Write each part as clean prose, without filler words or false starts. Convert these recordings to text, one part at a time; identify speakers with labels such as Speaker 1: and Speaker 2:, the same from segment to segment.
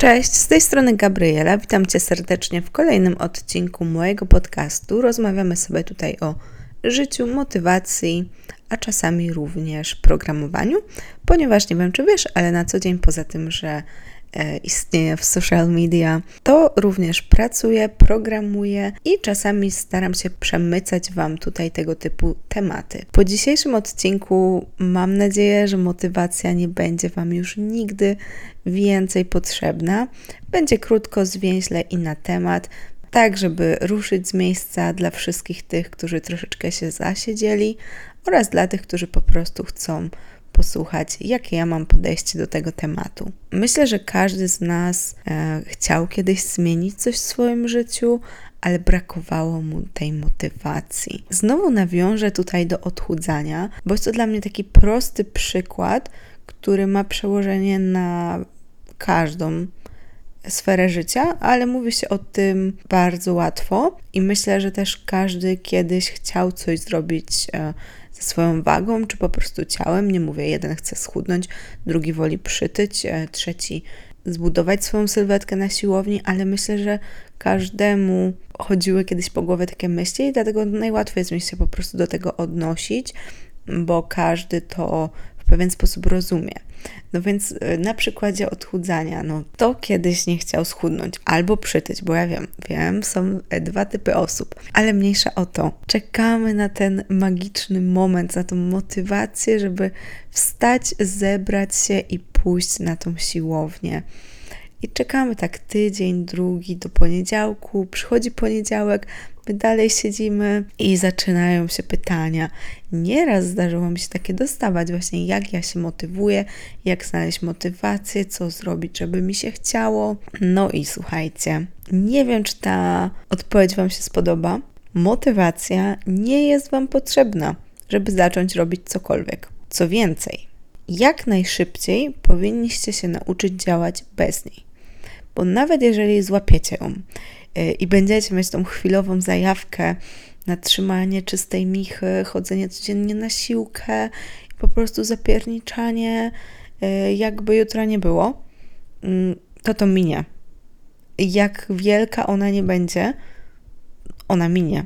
Speaker 1: Cześć, z tej strony Gabriela. Witam Cię serdecznie w kolejnym odcinku mojego podcastu. Rozmawiamy sobie tutaj o życiu, motywacji, a czasami również programowaniu, ponieważ nie wiem, czy wiesz, ale na co dzień poza tym, że istnieję w social media, to również pracuję, programuję i czasami staram się przemycać Wam tutaj tego typu tematy. Po dzisiejszym odcinku mam nadzieję, że motywacja nie będzie Wam już nigdy więcej potrzebna. Będzie krótko, zwięźle i na temat, tak żeby ruszyć z miejsca dla wszystkich tych, którzy troszeczkę się zasiedzieli oraz dla tych, którzy po prostu chcą posłuchać, jakie ja mam podejście do tego tematu. Myślę, że każdy z nas chciał kiedyś zmienić coś w swoim życiu, ale brakowało mu tej motywacji. Znowu nawiążę tutaj do odchudzania, bo jest to dla mnie taki prosty przykład, który ma przełożenie na każdą sferę życia, ale mówi się o tym bardzo łatwo i myślę, że też każdy kiedyś chciał coś zrobić ze swoją wagą, czy po prostu ciałem. Nie mówię, jeden chce schudnąć, drugi woli przytyć, trzeci zbudować swoją sylwetkę na siłowni, ale myślę, że każdemu chodziły kiedyś po głowie takie myśli i dlatego najłatwiej jest mi się po prostu do tego odnosić, bo każdy to w pewien sposób rozumie. No więc na przykładzie odchudzania, to kiedyś nie chciał schudnąć albo przytyć, bo ja wiem, są dwa typy osób, ale mniejsza o to. Czekamy na ten magiczny moment, na tą motywację, żeby wstać, zebrać się i pójść na tą siłownię. I czekamy tak tydzień, drugi do poniedziałku, przychodzi poniedziałek, my dalej siedzimy i zaczynają się pytania. Nieraz zdarzyło mi się takie dostawać właśnie, jak ja się motywuję, jak znaleźć motywację, co zrobić, żeby mi się chciało. No i słuchajcie, nie wiem, czy ta odpowiedź Wam się spodoba. Motywacja nie jest Wam potrzebna, żeby zacząć robić cokolwiek. Co więcej, jak najszybciej powinniście się nauczyć działać bez niej. Bo nawet jeżeli złapiecie ją i będziecie mieć tą chwilową zajawkę na trzymanie czystej michy, chodzenie codziennie na siłkę i po prostu zapierniczanie, jakby jutra nie było, to minie. Jak wielka ona nie będzie, ona minie.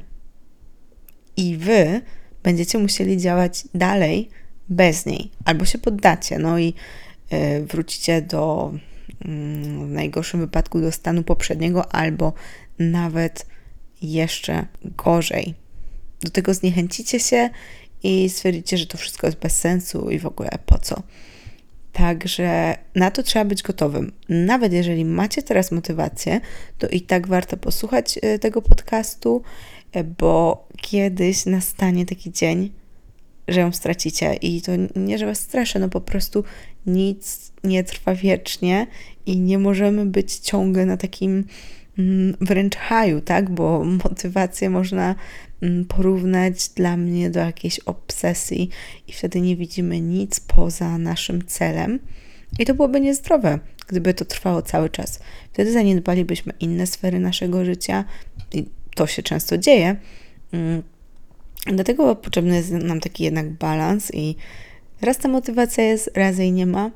Speaker 1: I Wy będziecie musieli działać dalej bez niej. Albo się poddacie, i wrócicie w najgorszym wypadku do stanu poprzedniego, albo nawet jeszcze gorzej. Do tego zniechęcicie się i stwierdzicie, że to wszystko jest bez sensu i w ogóle po co. Także na to trzeba być gotowym. Nawet jeżeli macie teraz motywację, to i tak warto posłuchać tego podcastu, bo kiedyś nastanie taki dzień, że ją stracicie i to nie, że Was straszę, po prostu nic nie trwa wiecznie i nie możemy być ciągle na takim wręcz haju, tak, bo motywację można porównać dla mnie do jakiejś obsesji i wtedy nie widzimy nic poza naszym celem i to byłoby niezdrowe, gdyby to trwało cały czas. Wtedy zaniedbalibyśmy inne sfery naszego życia i to się często dzieje. Dlatego potrzebny jest nam taki jednak balans i raz ta motywacja jest, raz jej nie ma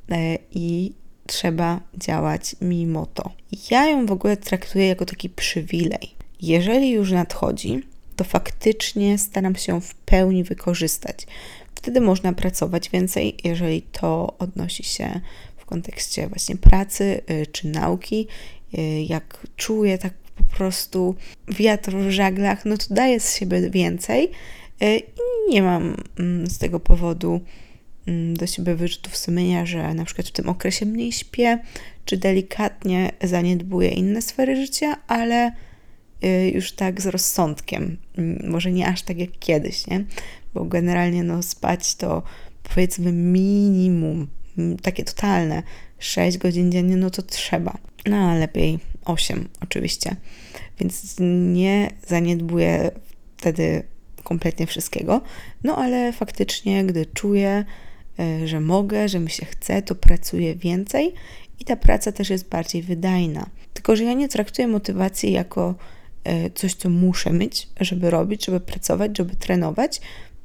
Speaker 1: i trzeba działać mimo to. Ja ją w ogóle traktuję jako taki przywilej. Jeżeli już nadchodzi, to faktycznie staram się ją w pełni wykorzystać. Wtedy można pracować więcej, jeżeli to odnosi się w kontekście właśnie pracy czy nauki. Jak czuję tak po prostu wiatr w żaglach, to daję z siebie więcej i nie mam z tego powodu do siebie wyrzutów sumienia, że na przykład w tym okresie mniej śpię, czy delikatnie zaniedbuję inne sfery życia, ale już tak z rozsądkiem. Może nie aż tak jak kiedyś, nie? Bo generalnie spać to powiedzmy minimum, takie totalne 6 godzin dziennie, to trzeba. A lepiej 8 oczywiście. Więc nie zaniedbuję wtedy kompletnie wszystkiego. Ale faktycznie, gdy czuję, że mogę, że mi się chce, to pracuję więcej i ta praca też jest bardziej wydajna. Tylko że ja nie traktuję motywacji jako coś, co muszę mieć, żeby robić, żeby pracować, żeby trenować,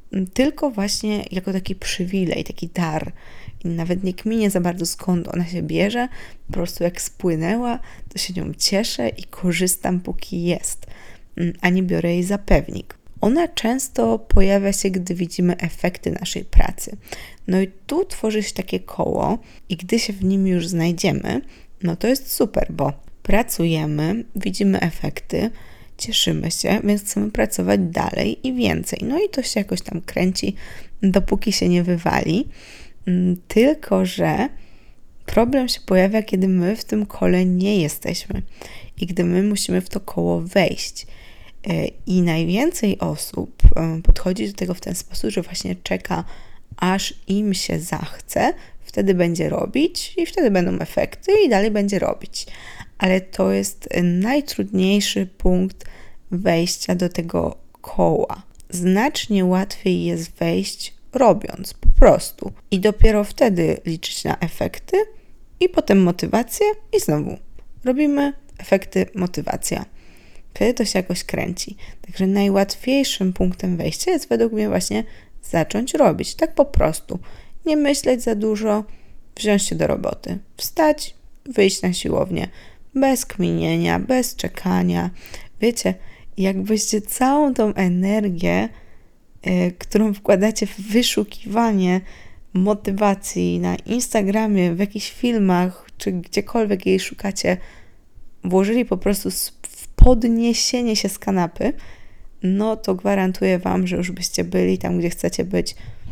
Speaker 1: tylko właśnie jako taki przywilej, taki dar. I nawet nie kminię za bardzo, skąd ona się bierze. Po prostu jak spłynęła, to się nią cieszę i korzystam, póki jest. A nie biorę jej za pewnik. Ona często pojawia się, gdy widzimy efekty naszej pracy. No i tu tworzy się takie koło i gdy się w nim już znajdziemy, no to jest super, bo pracujemy, widzimy efekty, cieszymy się, więc chcemy pracować dalej i więcej. No i to się jakoś tam kręci, dopóki się nie wywali. Tylko że problem się pojawia, kiedy my w tym kole nie jesteśmy i gdy my musimy w to koło wejść. I najwięcej osób podchodzi do tego w ten sposób, że właśnie czeka, aż im się zachce, wtedy będzie robić i wtedy będą efekty i dalej będzie robić. Ale to jest najtrudniejszy punkt wejścia do tego koła. Znacznie łatwiej jest wejść robiąc po prostu. I dopiero wtedy liczyć na efekty i potem motywację i znowu robimy efekty, motywacja. Wtedy to się jakoś kręci. Także najłatwiejszym punktem wejścia jest według mnie właśnie zacząć robić. Tak po prostu. Nie myśleć za dużo, wziąć się do roboty. Wstać, wyjść na siłownię. Bez kminienia, bez czekania. Wiecie, jakbyście całą tą energię, którą wkładacie w wyszukiwanie motywacji na Instagramie, w jakichś filmach, czy gdziekolwiek jej szukacie, włożyli po prostu w podniesienie się z kanapy, no to gwarantuję Wam, że już byście byli tam, gdzie chcecie być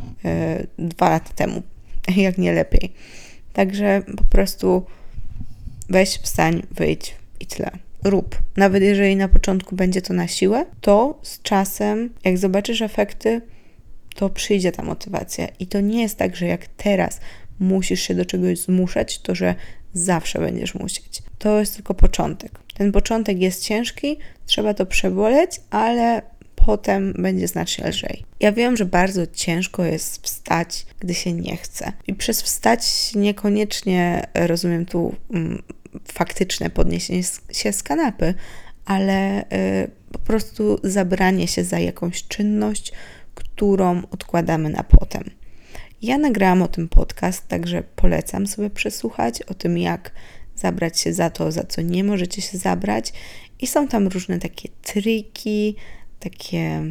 Speaker 1: 2 lata temu, jak nie lepiej. Także po prostu weź, wstań, wyjdź i tyle. Rób. Nawet jeżeli na początku będzie to na siłę, to z czasem, jak zobaczysz efekty, to przyjdzie ta motywacja. I to nie jest tak, że jak teraz musisz się do czegoś zmuszać, to że zawsze będziesz musieć. To jest tylko początek. Ten początek jest ciężki, trzeba to przeboleć, ale potem będzie znacznie lżej. Ja wiem, że bardzo ciężko jest wstać, gdy się nie chce. I przez wstać niekoniecznie rozumiem tu faktyczne podniesienie się z kanapy, ale po prostu zabranie się za jakąś czynność, którą odkładamy na potem. Ja nagrałam o tym podcast, także polecam sobie przesłuchać o tym, jak zabrać się za to, za co nie możecie się zabrać. I są tam różne takie triki, takie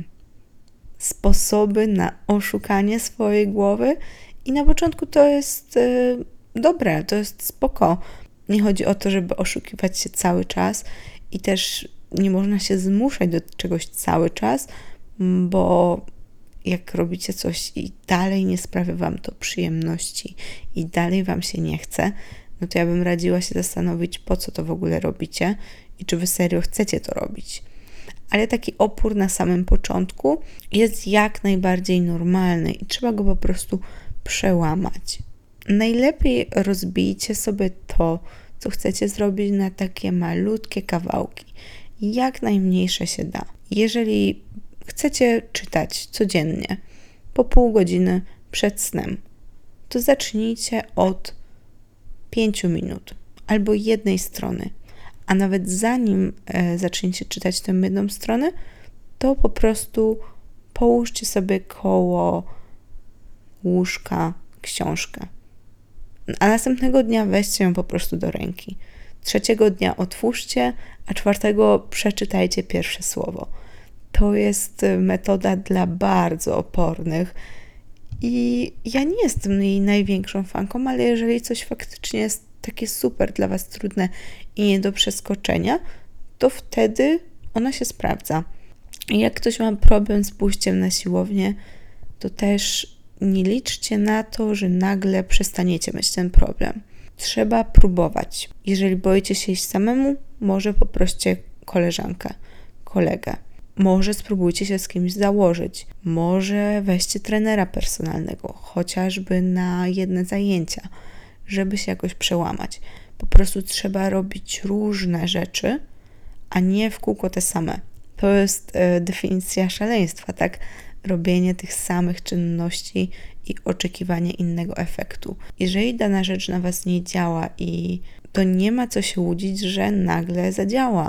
Speaker 1: sposoby na oszukanie swojej głowy. I na początku to jest dobre, to jest spoko. Nie chodzi o to, żeby oszukiwać się cały czas i też nie można się zmuszać do czegoś cały czas, bo jak robicie coś i dalej nie sprawia Wam to przyjemności i dalej Wam się nie chce, no to ja bym radziła się zastanowić, po co to w ogóle robicie i czy Wy serio chcecie to robić. Ale taki opór na samym początku jest jak najbardziej normalny i trzeba go po prostu przełamać. Najlepiej rozbijcie sobie to, co chcecie zrobić, na takie malutkie kawałki. Jak najmniejsze się da. Jeżeli chcecie czytać codziennie, po pół godziny przed snem, to zacznijcie od 5 minut albo jednej strony. A nawet zanim zaczniecie czytać tę jedną stronę, to po prostu połóżcie sobie koło łóżka książkę. A następnego dnia weźcie ją po prostu do ręki. 3 dnia otwórzcie, a 4 przeczytajcie pierwsze słowo. To jest metoda dla bardzo opornych i ja nie jestem jej największą fanką, ale jeżeli coś faktycznie jest takie super dla Was trudne i nie do przeskoczenia, to wtedy ona się sprawdza. I jak ktoś ma problem z pójściem na siłownię, to też nie liczcie na to, że nagle przestaniecie mieć ten problem. Trzeba próbować. Jeżeli boicie się iść samemu, może poproście koleżankę, kolegę. Może spróbujcie się z kimś założyć. Może weźcie trenera personalnego, chociażby na jedne zajęcia, żeby się jakoś przełamać. Po prostu trzeba robić różne rzeczy, a nie w kółko te same. To jest definicja szaleństwa, tak? Robienie tych samych czynności i oczekiwanie innego efektu. Jeżeli dana rzecz na Was nie działa i to nie ma co się łudzić, że nagle zadziała.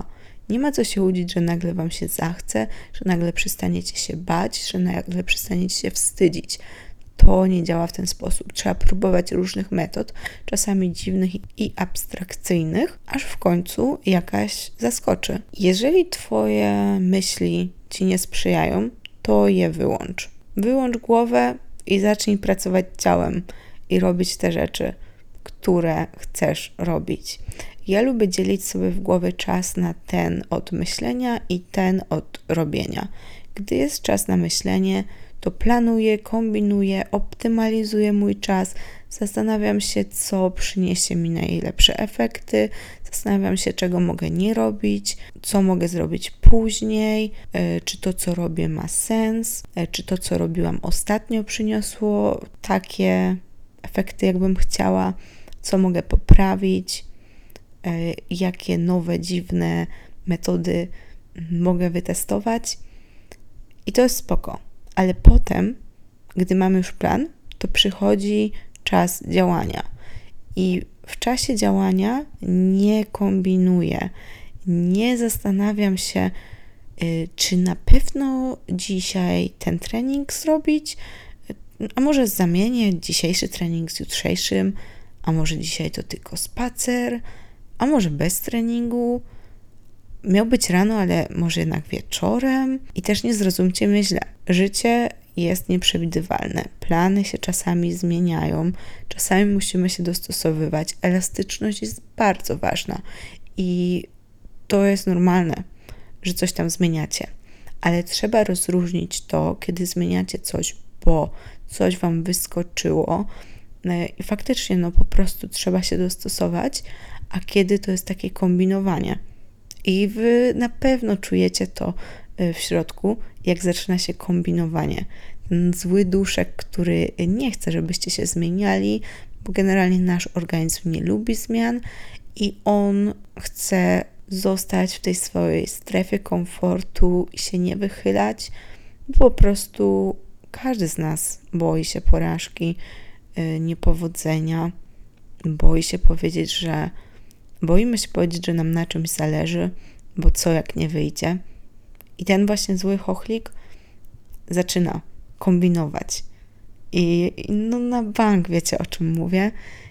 Speaker 1: Nie ma co się łudzić, że nagle Wam się zachce, że nagle przestaniecie się bać, że nagle przestaniecie się wstydzić. To nie działa w ten sposób. Trzeba próbować różnych metod, czasami dziwnych i abstrakcyjnych, aż w końcu jakaś zaskoczy. Jeżeli Twoje myśli Ci nie sprzyjają, to je wyłącz. Wyłącz głowę i zacznij pracować ciałem i robić te rzeczy, które chcesz robić. Ja lubię dzielić sobie w głowie czas na ten od myślenia i ten od robienia. Gdy jest czas na myślenie, to planuję, kombinuję, optymalizuję mój czas, zastanawiam się, co przyniesie mi najlepsze efekty, zastanawiam się, czego mogę nie robić, co mogę zrobić później, czy to, co robię, ma sens, czy to, co robiłam ostatnio, przyniosło takie efekty, jakbym chciała, co mogę poprawić, jakie nowe, dziwne metody mogę wytestować. I to jest spoko. Ale potem, gdy mamy już plan, to przychodzi czas działania. I w czasie działania nie kombinuję, nie zastanawiam się, czy na pewno dzisiaj ten trening zrobić, a może zamienię dzisiejszy trening z jutrzejszym, a może dzisiaj to tylko spacer, a może bez treningu. Miał być rano, ale może jednak wieczorem. I też nie zrozumcie mnie źle. Życie jest nieprzewidywalne. Plany się czasami zmieniają. Czasami musimy się dostosowywać. Elastyczność jest bardzo ważna. I to jest normalne, że coś tam zmieniacie. Ale trzeba rozróżnić to, kiedy zmieniacie coś, bo coś Wam wyskoczyło i faktycznie po prostu trzeba się dostosować, a kiedy to jest takie kombinowanie. I Wy na pewno czujecie to w środku, jak zaczyna się kombinowanie. Ten zły duszek, który nie chce, żebyście się zmieniali, bo generalnie nasz organizm nie lubi zmian i on chce zostać w tej swojej strefie komfortu i się nie wychylać, bo po prostu każdy z nas boi się porażki, niepowodzenia, boimy się powiedzieć, że nam na czymś zależy, bo co jak nie wyjdzie. I ten właśnie zły chochlik zaczyna kombinować. I na bank wiecie, o czym mówię.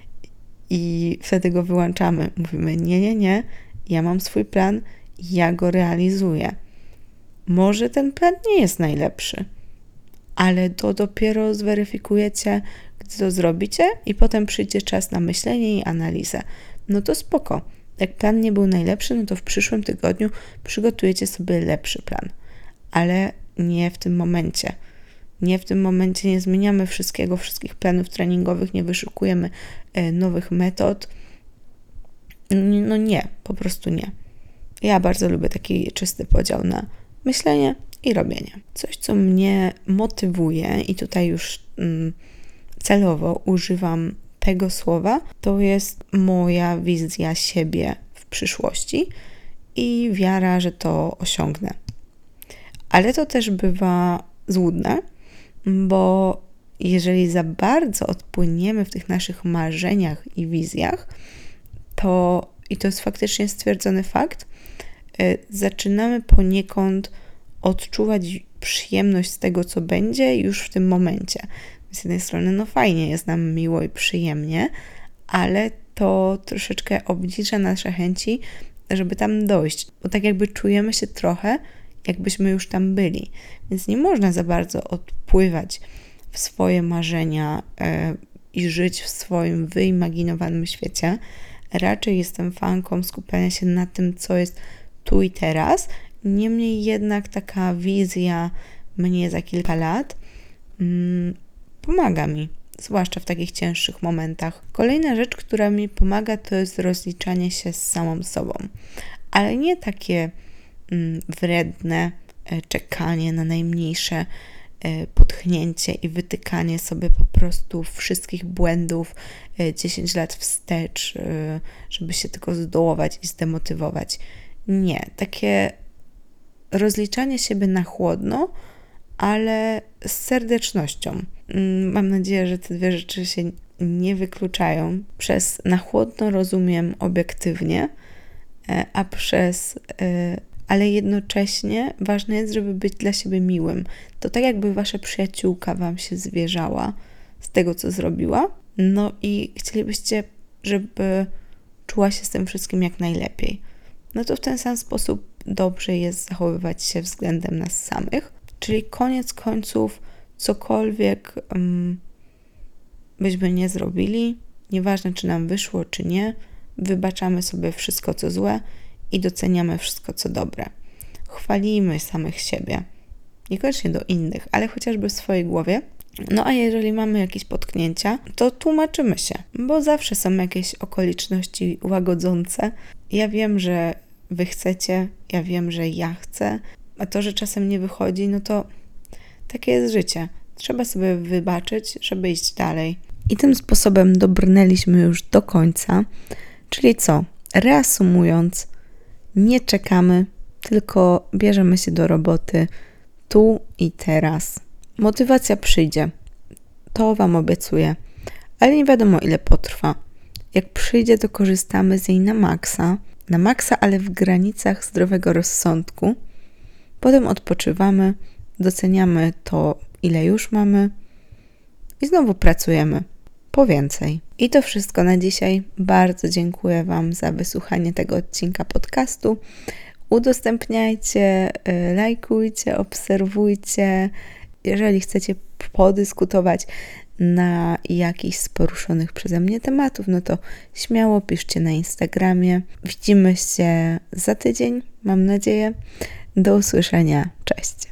Speaker 1: I wtedy go wyłączamy. Mówimy, nie, ja mam swój plan, ja go realizuję. Może ten plan nie jest najlepszy, ale to dopiero zweryfikujecie, gdy to zrobicie i potem przyjdzie czas na myślenie i analizę. No to spoko. Jak plan nie był najlepszy, no to w przyszłym tygodniu przygotujecie sobie lepszy plan. Ale nie w tym momencie. Nie w tym momencie nie zmieniamy wszystkich planów treningowych, nie wyszukujemy nowych metod. No nie, po prostu nie. Ja bardzo lubię taki czysty podział na myślenie i robienie. Coś, co mnie motywuje i tutaj już celowo używam tego słowa, to jest moja wizja siebie w przyszłości i wiara, że to osiągnę. Ale to też bywa złudne, bo jeżeli za bardzo odpłyniemy w tych naszych marzeniach i wizjach, to jest faktycznie stwierdzony fakt, zaczynamy poniekąd odczuwać przyjemność z tego, co będzie już w tym momencie. Z jednej strony, fajnie, jest nam miło i przyjemnie, ale to troszeczkę obniża nasze chęci, żeby tam dojść. Bo tak jakby czujemy się trochę, jakbyśmy już tam byli. Więc nie można za bardzo odpływać w swoje marzenia i żyć w swoim wyimaginowanym świecie. Raczej jestem fanką skupiania się na tym, co jest tu i teraz. Niemniej jednak taka wizja mnie za kilka lat pomaga mi, zwłaszcza w takich cięższych momentach. Kolejna rzecz, która mi pomaga, to jest rozliczanie się z samą sobą. Ale nie takie wredne czekanie na najmniejsze potchnięcie i wytykanie sobie po prostu wszystkich błędów 10 lat wstecz, żeby się tylko zdołować i zdemotywować. Nie, takie rozliczanie siebie na chłodno, ale z serdecznością. Mam nadzieję, że te dwie rzeczy się nie wykluczają. Przez na chłodno rozumiem obiektywnie, ale jednocześnie ważne jest, żeby być dla siebie miłym. To tak jakby wasza przyjaciółka wam się zwierzała z tego, co zrobiła, no i chcielibyście, żeby czuła się z tym wszystkim jak najlepiej. No to w ten sam sposób dobrze jest zachowywać się względem nas samych, czyli koniec końców cokolwiek byśmy nie zrobili, nieważne czy nam wyszło, czy nie, wybaczamy sobie wszystko, co złe i doceniamy wszystko, co dobre. Chwalimy samych siebie, niekoniecznie do innych, ale chociażby w swojej głowie. No a jeżeli mamy jakieś potknięcia, to tłumaczymy się, bo zawsze są jakieś okoliczności łagodzące. Ja wiem, że wy chcecie, ja wiem, że ja chcę, a to, że czasem nie wychodzi, no to takie jest życie. Trzeba sobie wybaczyć, żeby iść dalej. I tym sposobem dobrnęliśmy już do końca. Czyli co? Reasumując, nie czekamy, tylko bierzemy się do roboty tu i teraz. Motywacja przyjdzie. To wam obiecuję. Ale nie wiadomo, ile potrwa. Jak przyjdzie, to korzystamy z niej na maksa. Na maksa, ale w granicach zdrowego rozsądku. Potem odpoczywamy, doceniamy to, ile już mamy i znowu pracujemy po więcej. I to wszystko na dzisiaj. Bardzo dziękuję wam za wysłuchanie tego odcinka podcastu. Udostępniajcie, lajkujcie, obserwujcie. Jeżeli chcecie podyskutować na jakichś z poruszonych przeze mnie tematów, no to śmiało piszcie na Instagramie. Widzimy się za tydzień, mam nadzieję. Do usłyszenia. Cześć.